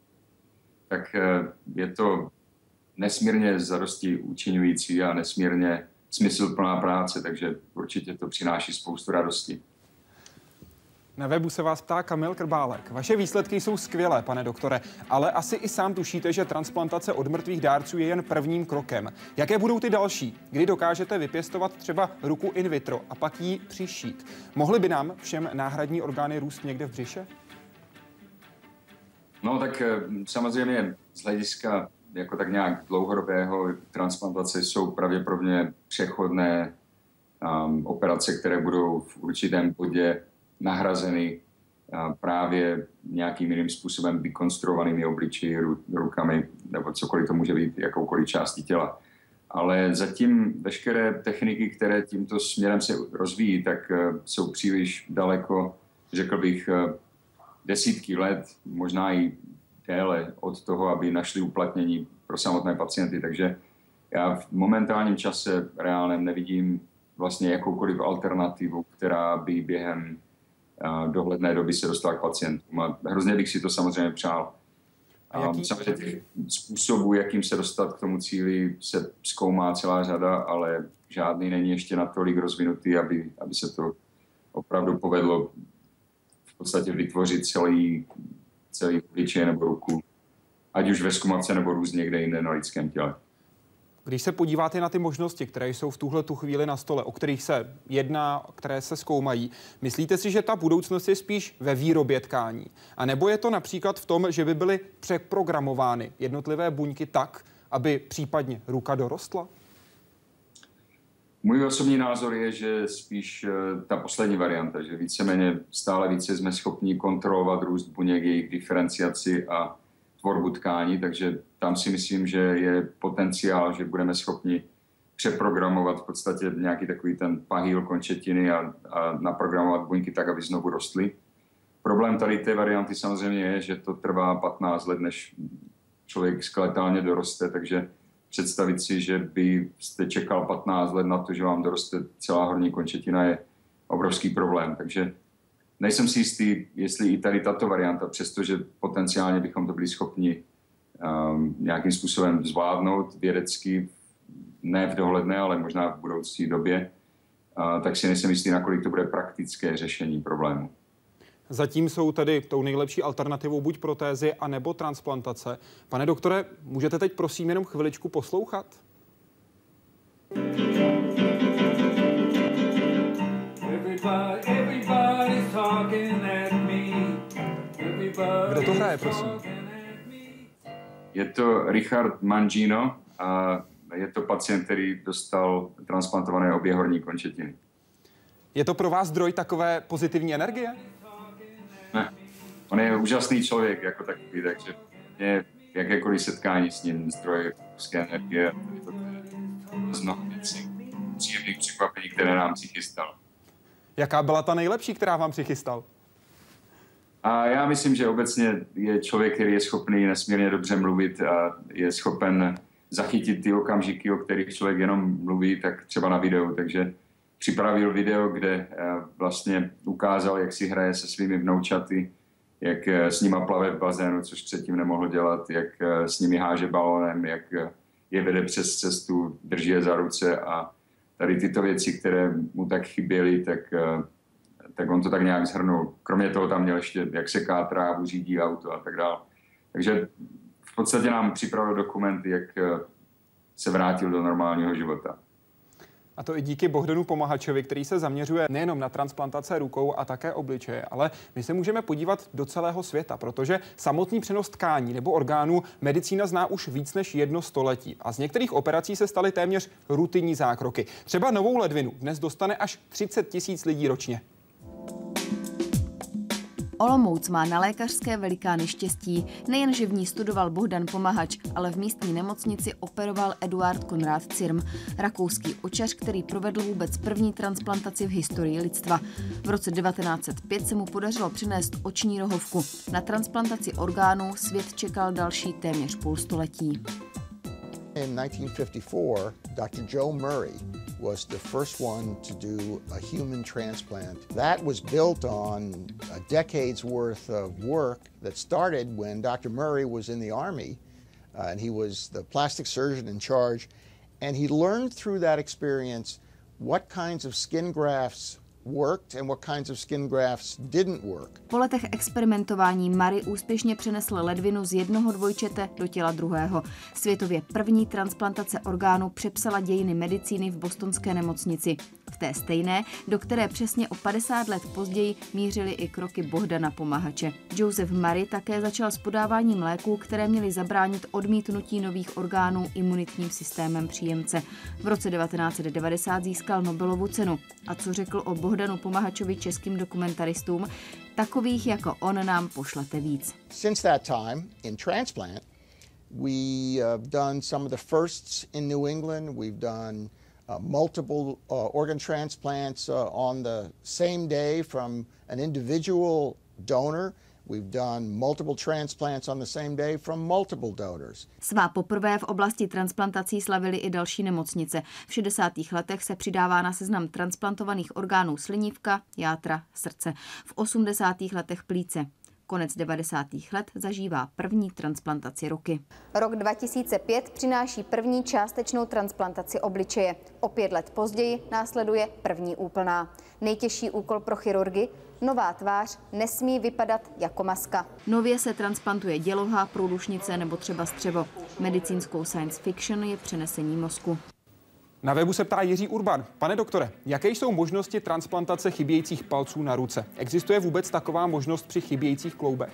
Tak je to nesmírně zadosti učiňující a nesmírně smysluplná práce, takže určitě to přináší spoustu radosti. Na webu se vás ptá Kamil Krbálek. Vaše výsledky jsou skvělé, pane doktore, ale asi i sám tušíte, že transplantace od mrtvých dárců je jen prvním krokem. Jaké budou ty další? Kdy dokážete vypěstovat třeba ruku in vitro a pak ji přišít? Mohly by nám všem náhradní orgány růst někde v břiše? No tak samozřejmě z hlediska jako tak nějak dlouhodobého transplantace jsou pravděpodobně přechodné um, operace, které budou v určitém bodě nahrazeny uh, právě nějakým jiným způsobem vykonstruovanými obličeji, rukami nebo cokoliv to může být, jakoukoliv částí těla. Ale zatím veškeré techniky, které tímto směrem se rozvíjí, tak uh, jsou příliš daleko, řekl bych, uh, desítky let, možná i déle od toho, aby našli uplatnění pro samotné pacienty. Takže já v momentálním čase reálném nevidím vlastně jakoukoliv alternativu, která by během uh, dohledné doby se dostala k pacientům. A hrozně bych si to samozřejmě přál. A jaký... Samozřejmě těch způsobů, jakým se dostat k tomu cíli, se zkoumá celá řada, ale žádný není ještě natolik rozvinutý, aby, aby se to opravdu povedlo v podstatě vytvořit celý, celý obličej nebo ruku, ať už ve zkumavce nebo různě někde jinde na lidském těle. Když se podíváte na ty možnosti, které jsou v tuhle tu chvíli na stole, o kterých se jedná, které se zkoumají, myslíte si, že ta budoucnost je spíš ve výrobě tkání? A nebo je to například v tom, že by byly přeprogramovány jednotlivé buňky tak, aby případně ruka dorostla? Můj osobní názor je, že spíš ta poslední varianta, že víceméně stále více jsme schopni kontrolovat růst buněk, jejich diferenciaci a tvorbu tkání, takže tam si myslím, že je potenciál, že budeme schopni přeprogramovat v podstatě nějaký takový ten pahýl končetiny a, a naprogramovat buňky tak, aby znovu rostly. Problém tady té varianty samozřejmě je, že to trvá patnáct let, než člověk skeletálně doroste, takže představit si, že byste čekal patnáct let na to, že vám doroste celá horní končetina, je obrovský problém. Takže nejsem si jistý, jestli i tady tato varianta, přestože potenciálně bychom to byli schopni um, nějakým způsobem zvládnout vědecky, ne v dohledné, ale možná v budoucí době, uh, tak si nejsem jistý, nakolik to bude praktické řešení problému. Zatím jsou tedy tou nejlepší alternativou buď protézy, anebo transplantace. Pane doktore, můžete teď prosím jenom chviličku poslouchat? Kdo to hraje, prosím? Je to Richard Mangino a je to pacient, který dostal transplantované obě horní končetiny. Je to pro vás zdroj takové pozitivní energie? Ne. On je úžasný člověk jako takový, takže je jakékoliv setkání s ním zdroj ruské energie. To je znovu věcí příjemných překvapení, které nám přichystal. Jaká byla ta nejlepší, která vám přichystal? A já myslím, že obecně je člověk, který je schopný nesmírně dobře mluvit a je schopen zachytit ty okamžiky, o kterých člověk jenom mluví, tak třeba na videu. Takže připravil video, kde vlastně ukázal, jak si hraje se svými vnoučaty, jak s nima plave v bazénu, což předtím nemohl dělat, jak s nimi háže balónem, jak je vede přes cestu, drží je za ruce a tady tyto věci, které mu tak chyběly, tak, tak on to tak nějak shrnul. Kromě toho tam měl ještě, jak seká trávu, řídí auto a tak dále. Takže v podstatě nám připravil dokumenty, jak se vrátil do normálního života. A to i díky Bohdanu Pomahačovi, který se zaměřuje nejenom na transplantace rukou a také obličeje, ale my se můžeme podívat do celého světa, protože samotný přenos tkání nebo orgánů medicína zná už víc než jedno století a z některých operací se staly téměř rutinní zákroky. Třeba novou ledvinu dnes dostane až třicet tisíc lidí ročně. Olomouc má na lékařské velikány štěstí. Nejenže v ní studoval Bohdan Pomahač, ale v místní nemocnici operoval Eduard Konrád Cirm, rakouský očař, který provedl vůbec první transplantaci v historii lidstva. V roce devatenáct set pět se mu podařilo přinést oční rohovku. Na transplantaci orgánů svět čekal další téměř půl století. In nineteen fifty-four, Doctor Joe Murray was the first one to do a human transplant. That was built on a decade's worth of work that started when Doctor Murray was in the Army, uh, and he was the plastic surgeon in charge, and he learned through that experience what kinds of skin grafts worked and what kinds of skin grafts didn't work. Po letech experimentování Murray úspěšně přenesl ledvinu z jednoho dvojčete do těla druhého. Světově první transplantace orgánů přepsala dějiny medicíny v bostonské nemocnici. V té stejné, do které přesně o padesát let později mířily i kroky Bohdana Pomahače. Joseph Murray také začal s podáváním léků, které měly zabránit odmítnutí nových orgánů imunitním systémem příjemce. V roce devatenáct set devadesát získal Nobelovu cenu. A co řekl o Bohdanu Pomahačovi českým dokumentaristům? Takových jako on nám pošlete víc. Since that time in transplant, we have done some of the firsts in New England. We've done Uh, multiple uh, organ transplants uh, on the same day from an individual donor. We've done multiple transplants on the same day from multiple donors. Svá poprvé v oblasti transplantací slavily i další nemocnice. V šedesátých letech se přidává na seznam transplantovaných orgánů slinivka, játra, srdce. V osmdesátých letech plíce. Konec devadesátých let zažívá první transplantaci ruky. Rok dva tisíce pět přináší první částečnou transplantaci obličeje. O pět let později následuje první úplná. Nejtěžší úkol pro chirurgy? Nová tvář nesmí vypadat jako maska. Nově se transplantuje děloha, průdušnice nebo třeba střevo. Medicínskou science fiction je přenesení mozku. Na webu se ptá Jiří Urban. Pane doktore, jaké jsou možnosti transplantace chybějících palců na ruce? Existuje vůbec taková možnost při chybějících kloubech?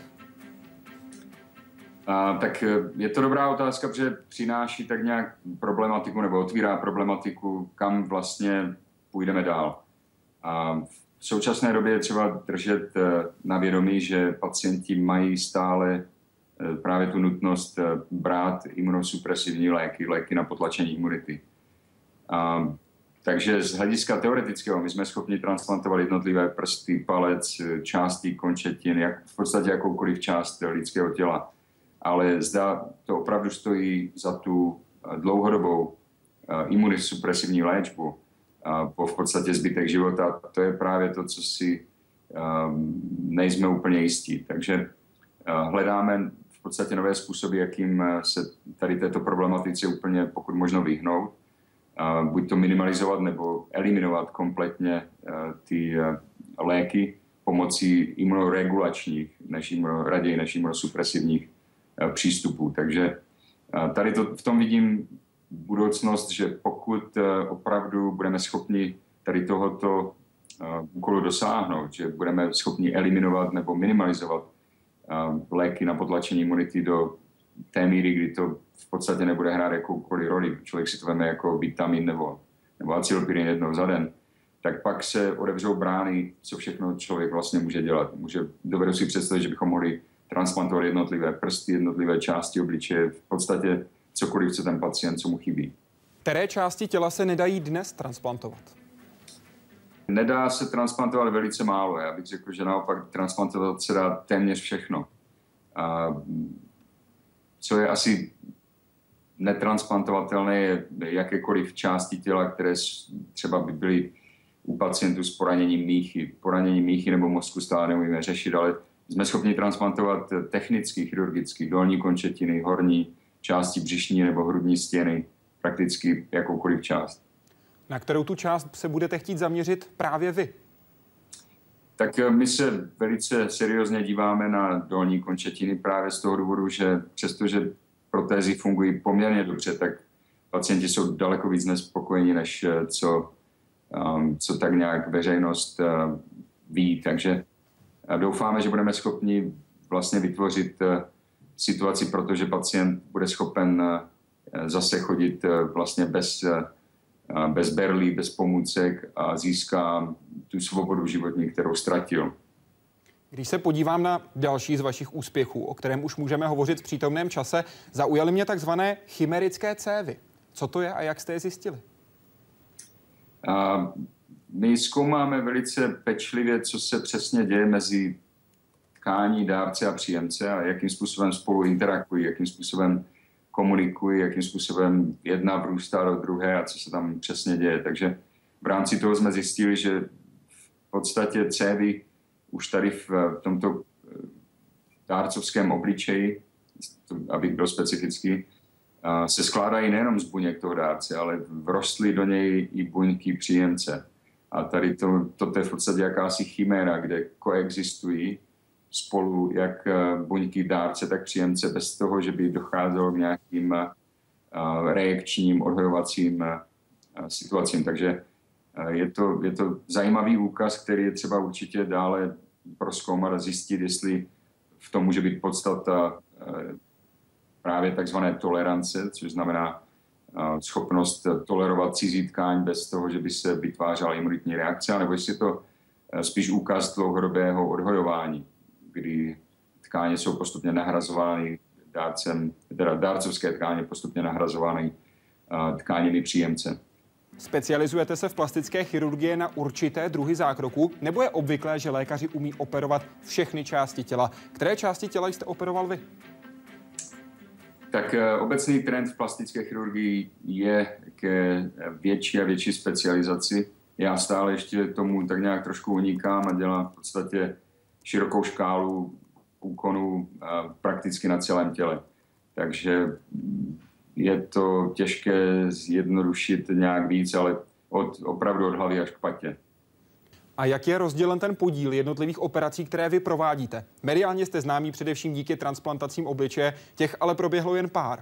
A, tak je to dobrá otázka, protože přináší tak nějak problematiku nebo otvírá problematiku, kam vlastně půjdeme dál. A v současné době je třeba držet na vědomí, že pacienti mají stále právě tu nutnost brát imunosupresivní léky, léky na potlačení imunity. A, takže z hlediska teoretického my jsme schopni transplantovat jednotlivé prsty, palec, části končetin, jak, v podstatě jakoukoliv část lidského těla. Ale zda to opravdu stojí za tu dlouhodobou uh, imunosupresivní léčbu uh, po v podstatě zbytek života, to je právě to, co si um, nejsme úplně jistí. Takže uh, hledáme v podstatě nové způsoby, jakým se tady této problematice úplně pokud možno vyhnout. Uh, buď to minimalizovat nebo eliminovat kompletně uh, ty uh, léky pomocí imunoregulačních, než imuno, raději než imunosupresivních uh, přístupů. Takže uh, tady to, v tom vidím budoucnost, že pokud uh, opravdu budeme schopni tady tohoto uh, úkolu dosáhnout, že budeme schopni eliminovat nebo minimalizovat uh, léky na potlačení imunity do té míry, kdy to v podstatě nebude hrát jakoukoliv roli, člověk si to veme jako vitamin nebo, nebo acylpirin jednou za den, tak pak se otevřou brány, co všechno člověk vlastně může dělat. Může, dovedu si představit, že bychom mohli transplantovat jednotlivé prsty, jednotlivé části obličeje, v podstatě cokoliv, co ten pacient, co mu chybí. Které části těla se nedají dnes transplantovat? Nedá se transplantovat velice málo. Já bych řekl, že naopak transplantovat se dá téměř všechno. A co je asi netransplantovatelné, je jakékoliv části těla, které třeba by byly u pacientů s poraněním míchy. Poranění míchy nebo mozku stále neumíme řešit, ale jsme schopni transplantovat technicky, chirurgicky, dolní končetiny, horní části břišní nebo hrudní stěny, prakticky jakoukoliv část. Na kterou tu část se budete chtít zaměřit právě vy? Tak my se velice seriózně díváme na dolní končetiny právě z toho důvodu, že přestože protézy fungují poměrně dobře, tak pacienti jsou daleko víc nespokojení, než co, um, co tak nějak veřejnost uh, ví. Takže uh, doufáme, že budeme schopni vlastně vytvořit uh, situaci, protože pacient bude schopen uh, zase chodit uh, vlastně bez, uh, bez berlí, bez pomůcek a získá tu svobodu životní, kterou ztratil. Když se podívám na další z vašich úspěchů, o kterém už můžeme hovořit v přítomném čase, zaujaly mě takzvané chimerické cévy. Co to je a jak jste je zjistili? A my zkoumáme velice pečlivě, co se přesně děje mezi tkání dárce a příjemce a jakým způsobem spolu interakují, jakým způsobem komunikují, jakým způsobem jedna vrůstá do druhé a co se tam přesně děje. Takže v rámci toho jsme zjistili, že v podstatě cévy už tady v tomto dárcovském obličeji, abych byl specifický, se skládají nejenom z buněk toho dárce, ale vrostly do něj i buňky příjemce. A tady to, to je v podstatě jakási chiméra, kde koexistují spolu jak buňky dárce, tak příjemce bez toho, že by docházelo k nějakým uh, reakčním, odhojovacím uh, situacím. Takže uh, je, to, je to zajímavý úkaz, který je třeba určitě dále prozkoumat a zjistit, jestli v tom může být podstata uh, právě takzvané tolerance, což znamená uh, schopnost tolerovat cizí tkáň bez toho, že by se vytvářela imunitní reakce, nebo jestli je to uh, spíš úkaz dlouhodobého odhojování, kdy tkáně jsou postupně nahrazovány dárcem, teda dárcovské tkáně postupně nahrazovány uh, tkáněmi příjemce. Specializujete se v plastické chirurgii na určité druhy zákroku, nebo je obvyklé, že lékaři umí operovat všechny části těla? Které části těla jste operoval vy? Tak uh, obecný trend v plastické chirurgii je ke větší a větší specializaci. Já stále ještě tomu tak nějak trošku unikám a dělám v podstatě širokou škálu úkonů prakticky na celém těle. Takže je to těžké zjednodušit nějak víc, ale od, opravdu od hlavy až k patě. A jak je rozdělen ten podíl jednotlivých operací, které vy provádíte? Mediálně jste známí především díky transplantacím obličeje, těch ale proběhlo jen pár.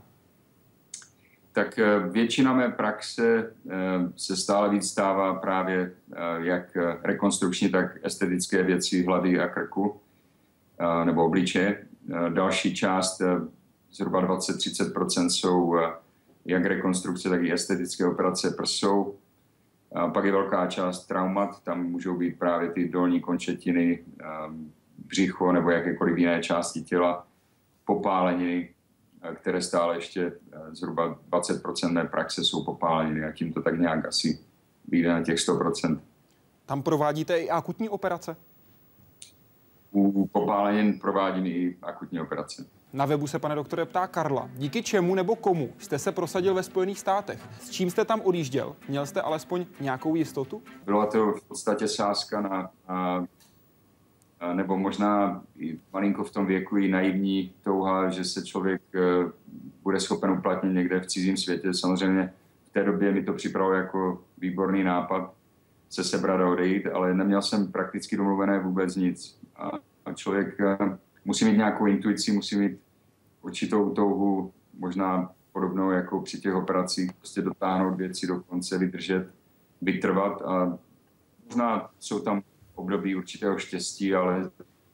Tak většina mé praxe se stále víc stává právě jak rekonstrukční, tak estetické věci hlavy a krku nebo obličeje. Další část, zhruba dvacet až třicet procent, jsou jak rekonstrukce, tak i estetické operace prsou. A pak je velká část traumat, tam můžou být právě ty dolní končetiny, břicho nebo jakékoliv jiné části těla, popáleniny, které stále ještě zhruba dvacet procent mé praxe jsou popáleniny a tím to tak nějak asi vyjde na těch sto procent. Tam provádíte i akutní operace? U popálenin provádím i akutní operace. Na webu se, pane doktore, ptá Karla. Díky čemu nebo komu jste se prosadil ve Spojených státech? S čím jste tam odjížděl? Měl jste alespoň nějakou jistotu? Byla to v podstatě sázka na, na nebo možná i malinko v tom věku i naivní touha, že se člověk bude schopen uplatnit někde v cizím světě. Samozřejmě v té době mi to připravilo jako výborný nápad se sebrat a odejít, ale neměl jsem prakticky domluvené vůbec nic. A člověk musí mít nějakou intuici, musí mít určitou touhu, možná podobnou jako při těch operacích, prostě dotáhnout věci do konce, vydržet, vytrvat a možná jsou tam období určitého štěstí, ale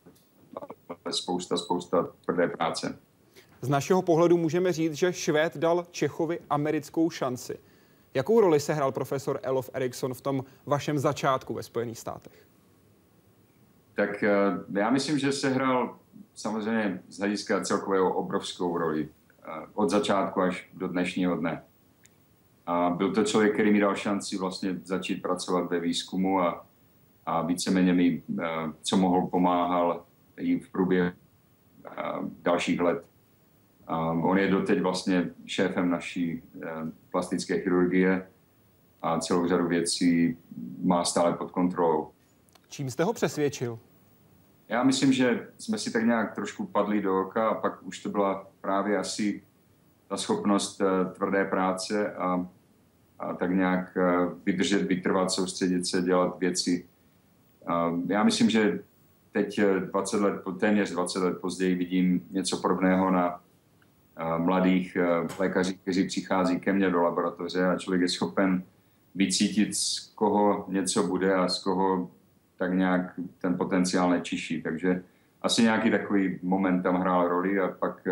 spousta, spousta tvrdé práce. Z našeho pohledu můžeme říct, že Švéd dal Čechovi americkou šanci. Jakou roli sehrál profesor Elof Eriksson v tom vašem začátku ve Spojených státech? Tak já myslím, že sehrál samozřejmě z hlediska celkového obrovskou roli. Od začátku až do dnešního dne. A byl to člověk, který mi dal šanci vlastně začít pracovat ve výzkumu a a víceméně mi, co mohl, pomáhal i v průběhu dalších let. On je doteď vlastně šéfem naší plastické chirurgie a celou řadu věcí má stále pod kontrolou. Čím jste ho přesvědčil? Já myslím, že jsme si tak nějak trošku padli do oka a pak už to byla právě asi ta schopnost tvrdé práce a, a tak nějak vydržet, vytrvat, soustředit se, dělat věci. Já myslím, že teď dvacet let, téměř dvacet let později vidím něco podobného na mladých lékařích, kteří přichází ke mně do laboratoře a člověk je schopen vycítit, z koho něco bude a z koho tak nějak ten potenciál nečiší. Takže asi nějaký takový moment tam hrál roli a pak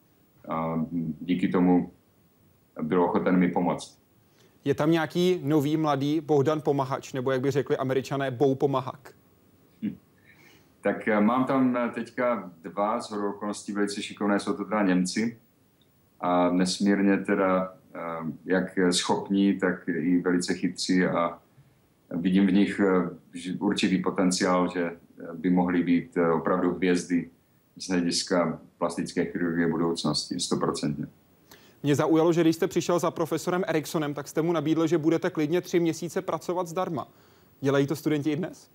díky tomu byl ochoten mi pomoct. Je tam nějaký nový mladý Bohdan Pomahač, nebo jak by řekli Američané, Bo Pomahak? Hm. Tak mám tam teďka dva shodou okolností velice šikovné, jsou to teda Němci a nesmírně teda jak schopní, tak i velice chytří a vidím v nich určitý potenciál, že by mohly být opravdu hvězdy z hlediska plastické chirurgie budoucnosti, stoprocentně. Mě zaujalo, že když jste přišel za profesorem Erikssonem, tak jste mu nabídl, že budete klidně tři měsíce pracovat zdarma. Dělají to studenti i dnes?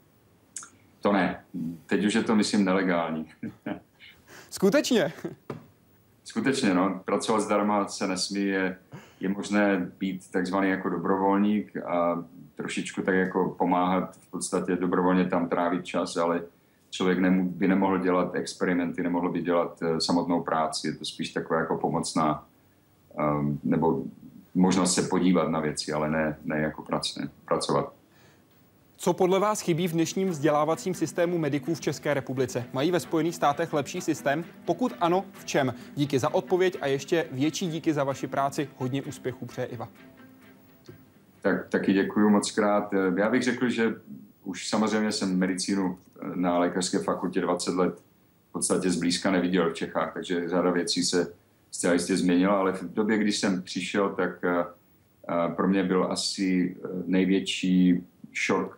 To ne. Teď už je to, myslím, nelegální. Skutečně? Skutečně, no. Pracovat zdarma se nesmí. Je, je možné být takzvaný jako dobrovolník a trošičku tak jako pomáhat, v podstatě dobrovolně tam trávit čas, ale člověk nemů, by nemohl dělat experimenty, nemohl by dělat uh, samotnou práci. Je to spíš taková jako pomocná, um, nebo možnost se podívat na věci, ale ne, ne jako prac, ne, pracovat. Co podle vás chybí v dnešním vzdělávacím systému mediků v České republice? Mají ve Spojených státech lepší systém? Pokud ano, v čem? Díky za odpověď a ještě větší díky za vaši práci. Hodně úspěchů přeje Iva. Tak, taky děkuji moc krát. Já bych řekl, že už samozřejmě jsem medicínu na lékařské fakultě dvacet let v podstatě zblízka neviděl v Čechách, takže řada věcí se zcela jistě změnila, ale v době, když jsem přišel, tak pro mě byl asi největší šok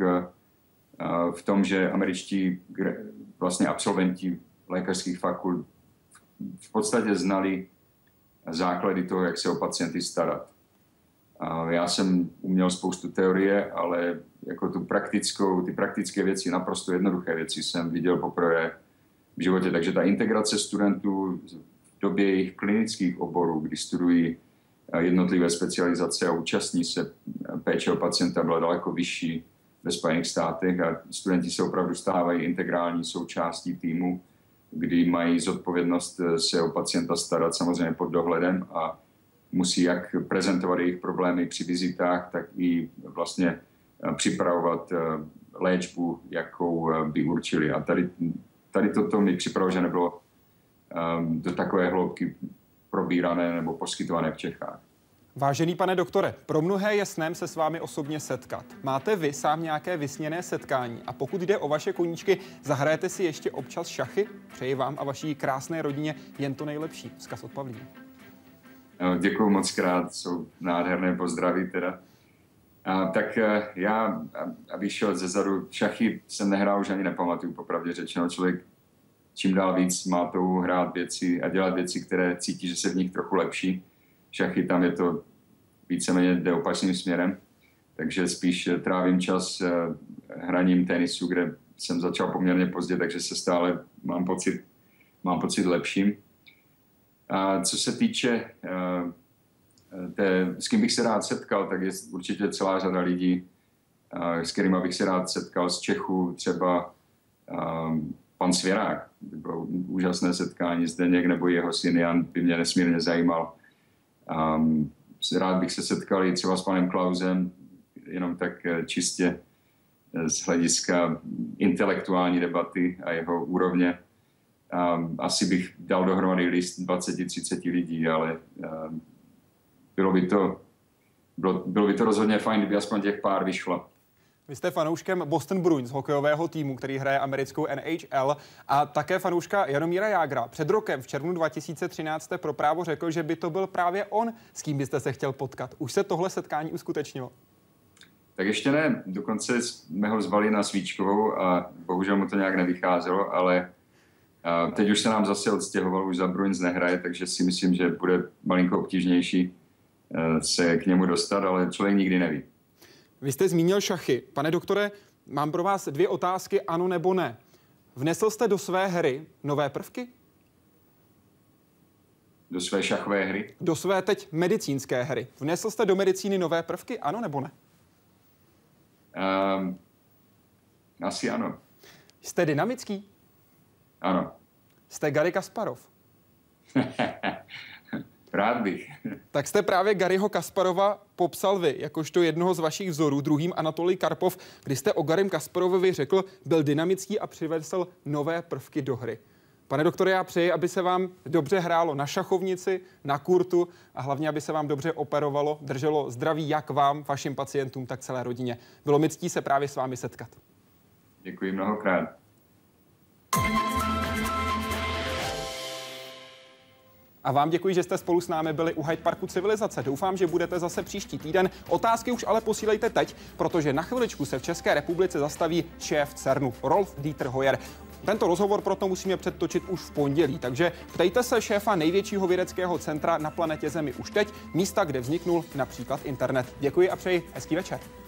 v tom, že američtí vlastně absolventi lékařských fakult v podstatě znali základy toho, jak se o pacienty starat. Já jsem uměl spoustu teorie, ale jako tu praktickou, ty praktické věci, naprosto jednoduché věci jsem viděl poprvé v životě. Takže ta integrace studentů v době jejich klinických oborů, kdy studují jednotlivé specializace a účastní se péče o pacienta, byla daleko vyšší ve Spojených státech a studenti se opravdu stávají integrální součástí týmu, kdy mají zodpovědnost se o pacienta starat samozřejmě pod dohledem a musí jak prezentovat jejich problémy při vizitách, tak i vlastně připravovat léčbu, jakou by určili. A tady, tady toto mi připravilo, že nebylo do takové hloubky probírané nebo poskytované v Čechách. Vážený pane doktore, pro mnohé je snem se s vámi osobně setkat. Máte vy sám nějaké vysněné setkání? A pokud jde o vaše koníčky, zahrajete si ještě občas šachy? Přeji vám a vaší krásné rodině jen to nejlepší. Vzkaz od Pavlína. Děkuji moc krát, jsou nádherné pozdravy teda. A, tak já, abych šel zezadu, šachy jsem nehrál, už ani nepamatuju, popravdě řečeno. Člověk čím dál víc má touhu hrát věci a dělat věci, které cítí, že se v nich trochu lepší. Šachy tam je to víceméně jde opačným směrem, takže spíš trávím čas hraním tenisu, kde jsem začal poměrně pozdě, takže se stále mám pocit, mám pocit lepším. A co se týče té, s kým bych se rád setkal, tak je určitě celá řada lidí, s kterými bych se rád setkal z Čechů, třeba pan Svěrák, by bylo úžasné setkání, Zdeněk nebo jeho syn Jan by mě nesmírně zajímal. Um, rád bych se setkal i třeba s panem Klausem, jenom tak čistě z hlediska intelektuální debaty a jeho úrovně. Um, asi bych dal dohromady list dvacet třicet lidí, ale um, bylo, by to, bylo, bylo by to rozhodně fajn, kdyby aspoň těch pár vyšlo. Vy jste fanouškem Boston Bruins, hokejového týmu, který hraje americkou N H L, a také fanouška Jaromíra Jágra. Před rokem v červnu dva tisíce třináct jste pro Právo řekl, že by to byl právě on, s kým byste se chtěl potkat. Už se tohle setkání uskutečnilo? Tak ještě ne. Dokonce jsme ho zvali na Svíčkovou a bohužel mu to nějak nevycházelo, ale teď už se nám zase odstěhoval, už za Bruins nehraje, takže si myslím, že bude malinko obtížnější se k němu dostat, ale člověk nikdy neví. Vy jste zmínil šachy. Pane doktore, mám pro vás dvě otázky, ano nebo ne. Vnesl jste do své hry nové prvky? Do své šachové hry? Do své teď medicínské hry. Vnesl jste do medicíny nové prvky, ano nebo ne? Um, asi ano. Jste dynamický? Ano. Jste Garry Kasparov? Rád bych. Tak jste právě Garryho Kasparova popsal vy, jakožto jednoho z vašich vzorů, druhým Anatolij Karpov, kdy jste o Garrym Kasparovovi řekl, byl dynamický a přivedl nové prvky do hry. Pane doktore, já přeji, aby se vám dobře hrálo na šachovnici, na kurtu a hlavně, aby se vám dobře operovalo, drželo zdraví jak vám, vašim pacientům, tak celé rodině. Bylo mi ctí se právě s vámi setkat. Děkuji mnohokrát. A vám děkuji, že jste spolu s námi byli u Hyde Parku Civilizace. Doufám, že budete zase příští týden. Otázky už ale posílejte teď, protože na chviličku se v České republice zastaví šéf CERNu Rolf Dieter Hoyer. Tento rozhovor proto musíme předtočit už v pondělí, takže ptejte se šéfa největšího vědeckého centra na planetě Zemi už teď, místa, kde vzniknul například internet. Děkuji a přeji hezký večer.